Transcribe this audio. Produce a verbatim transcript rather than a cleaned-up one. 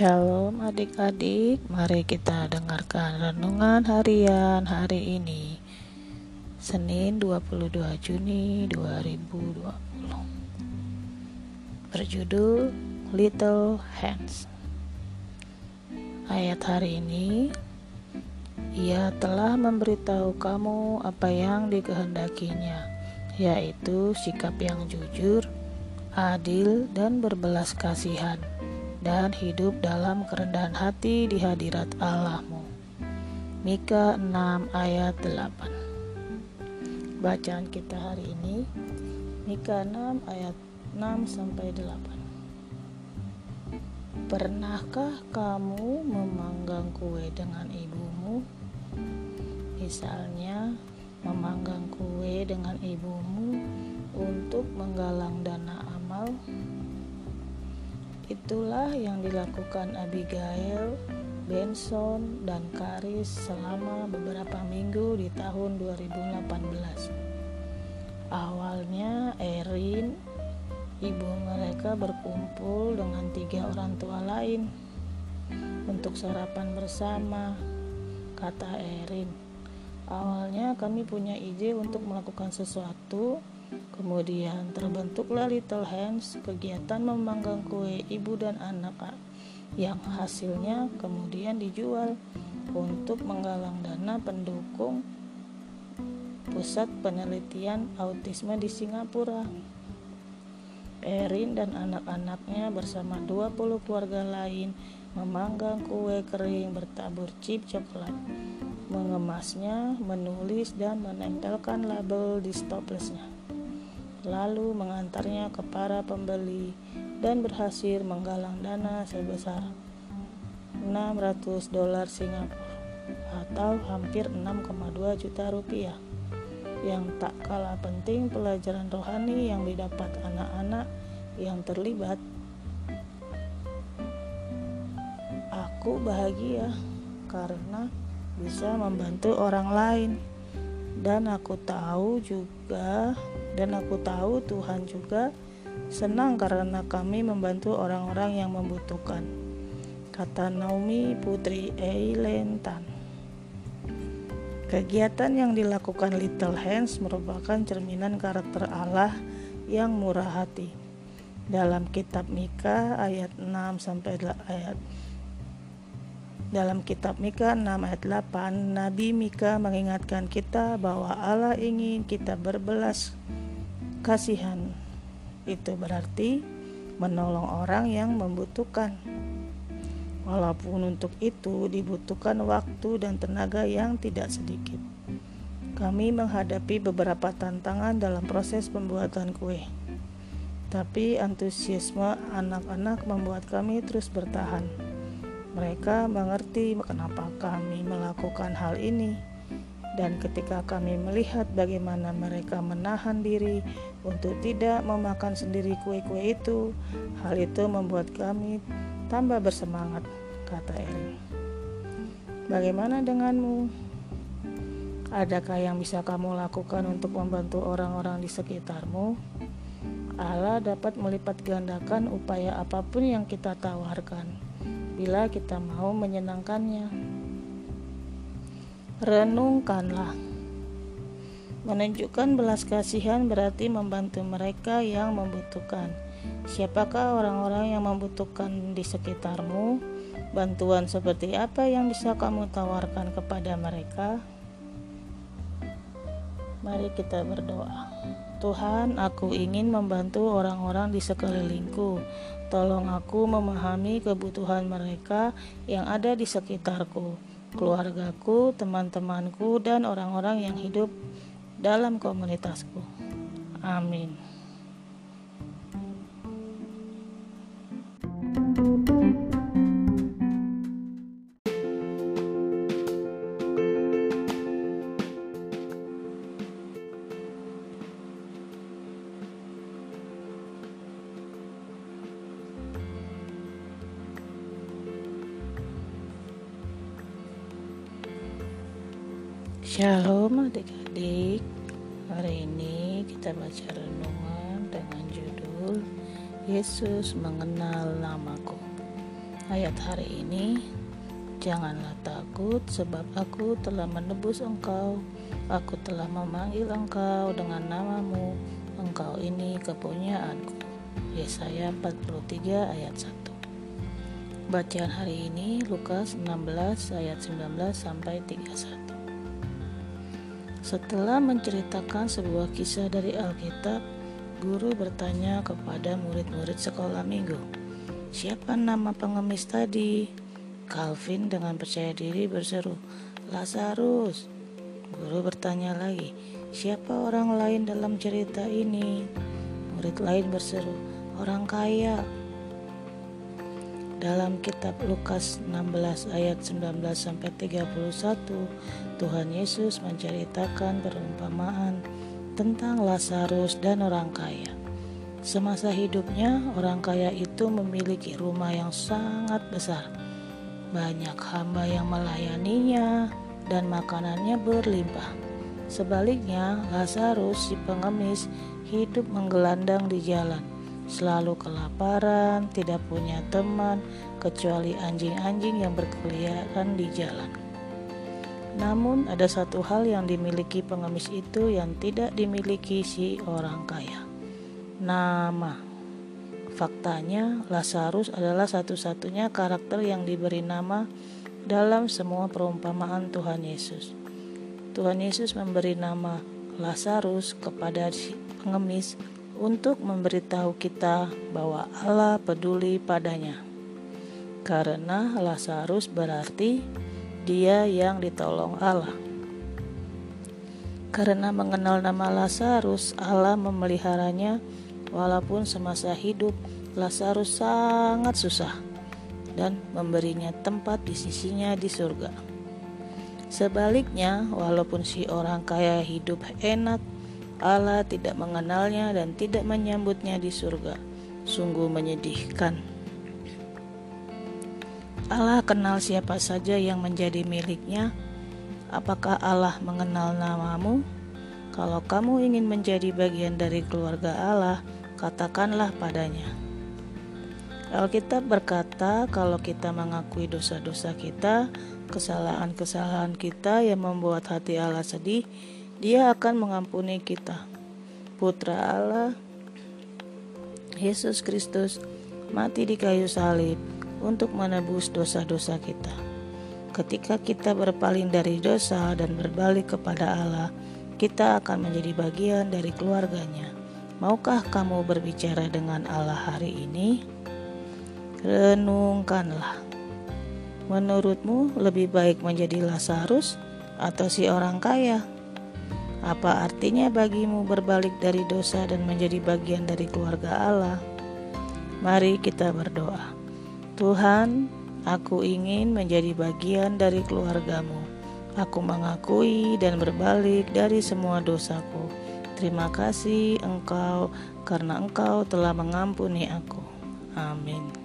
Shalom adik-adik, mari kita dengarkan renungan harian hari ini, Senin dua puluh dua Juni dua ribu dua puluh. Berjudul Little Hands. Ayat hari ini, Ia telah memberitahu kamu apa yang dikehendakinya, yaitu sikap yang jujur, adil, dan berbelas kasihan, dan hidup dalam kerendahan hati di hadirat Allahmu. Mika enam ayat delapan. Bacaan kita hari ini Mika enam ayat enam sampai delapan. Pernahkah kamu memanggang kue dengan ibumu? Misalnya, memanggang kue dengan ibumu untuk menggalang dana amal. Itulah yang dilakukan Abigail, Benson, dan Karis selama beberapa minggu di tahun dua ribu delapan belas. Awalnya Erin, ibu mereka, berkumpul dengan tiga orang tua lain untuk sarapan bersama. Kata Erin, awalnya kami punya ide untuk melakukan sesuatu. Kemudian terbentuklah Little Hands, kegiatan memanggang kue ibu dan anak yang hasilnya kemudian dijual untuk menggalang dana pendukung pusat penelitian autisme di Singapura. Erin dan anak-anaknya bersama dua puluh keluarga lain memanggang kue kering bertabur chip coklat, mengemasnya, menulis dan menempelkan label di stoplesnya, lalu mengantarnya ke para pembeli dan berhasil menggalang dana sebesar enam ratus dolar Singapura atau hampir enam koma dua juta rupiah. Yang tak kalah penting, pelajaran rohani yang didapat anak-anak yang terlibat. Aku bahagia karena bisa membantu orang lain, dan aku tahu juga dan aku tahu Tuhan juga senang karena kami membantu orang-orang yang membutuhkan, kata Naomi Putri Eileen Tan. Kegiatan yang dilakukan Little Hands merupakan cerminan karakter Allah yang murah hati. Dalam kitab Mika ayat enam sampai ayat Dalam kitab Mika enam ayat delapan, Nabi Mika mengingatkan kita bahwa Allah ingin kita berbelas kasihan. Itu berarti menolong orang yang membutuhkan, walaupun untuk itu dibutuhkan waktu dan tenaga yang tidak sedikit. Kami menghadapi beberapa tantangan dalam proses pembuatan kue, tapi antusiasme anak-anak membuat kami terus bertahan. Mereka mengerti kenapa kami melakukan hal ini, dan ketika kami melihat bagaimana mereka menahan diri untuk tidak memakan sendiri kue-kue itu, hal itu membuat kami tambah bersemangat, kata Erin. Bagaimana denganmu? Adakah yang bisa kamu lakukan untuk membantu orang-orang di sekitarmu? Allah dapat melipat gandakan upaya apapun yang kita tawarkan, bila kita mau menyenangkannya. Renungkanlah. Menunjukkan belas kasihan berarti membantu mereka yang membutuhkan. Siapakah orang-orang yang membutuhkan di sekitarmu? Bantuan seperti apa yang bisa kamu tawarkan kepada mereka? Mari kita berdoa. Tuhan, aku ingin membantu orang-orang di sekelilingku. Tolong aku memahami kebutuhan mereka yang ada di sekitarku, keluargaku, teman-temanku, dan orang-orang yang hidup dalam komunitasku. Amin. Shalom adik-adik. Hari ini kita baca renungan dengan judul Yesus mengenal namaku. Ayat hari ini, janganlah takut sebab aku telah menebus engkau, aku telah memanggil engkau dengan namamu, engkau ini kepunyaanku. Yesaya empat puluh tiga ayat satu. Bacaan hari ini Lukas enam belas ayat sembilan belas sampai tiga puluh satu. Setelah menceritakan sebuah kisah dari Alkitab, guru bertanya kepada murid-murid sekolah minggu, "Siapa nama pengemis tadi?" Calvin dengan percaya diri berseru, "Lazarus." Guru bertanya lagi, "Siapa orang lain dalam cerita ini?" Murid lain berseru, "Orang kaya." Dalam kitab Lukas enam belas ayat sembilan belas sampai tiga puluh satu, Tuhan Yesus menceritakan perumpamaan tentang Lazarus dan orang kaya. Semasa hidupnya, orang kaya itu memiliki rumah yang sangat besar. Banyak hamba yang melayaninya dan makanannya berlimpah. Sebaliknya, Lazarus si pengemis hidup menggelandang di jalan, selalu kelaparan, tidak punya teman kecuali anjing-anjing yang berkeliaran di jalan. Namun ada satu hal yang dimiliki pengemis itu yang tidak dimiliki si orang kaya, nama. Faktanya, Lazarus adalah satu-satunya karakter yang diberi nama dalam semua perumpamaan Tuhan Yesus. Tuhan Yesus memberi nama Lazarus kepada si pengemis untuk memberitahu kita bahwa Allah peduli padanya. Karena Lazarus berarti dia yang ditolong Allah. Karena mengenal nama Lazarus, Allah memeliharanya walaupun semasa hidup Lazarus sangat susah dan memberinya tempat di sisinya di surga. Sebaliknya, walaupun si orang kaya hidup enak, Allah tidak mengenalnya dan tidak menyambutnya di surga. Sungguh menyedihkan. Allah kenal siapa saja yang menjadi miliknya. Apakah Allah mengenal namamu? Kalau kamu ingin menjadi bagian dari keluarga Allah, katakanlah padanya. Alkitab berkata, kalau kita mengakui dosa-dosa kita, kesalahan-kesalahan kita yang membuat hati Allah sedih, Dia akan mengampuni kita. Putra Allah, Yesus Kristus, mati di kayu salib untuk menebus dosa-dosa kita. Ketika kita berpaling dari dosa dan berbalik kepada Allah, kita akan menjadi bagian dari keluarganya. Maukah kamu berbicara dengan Allah hari ini? Renungkanlah. Menurutmu lebih baik menjadi Lazarus atau si orang kaya? Apa artinya bagimu berbalik dari dosa dan menjadi bagian dari keluarga Allah? Mari kita berdoa. Tuhan, aku ingin menjadi bagian dari keluargamu. Aku mengakui dan berbalik dari semua dosaku. Terima kasih Engkau karena Engkau telah mengampuni aku. Amin.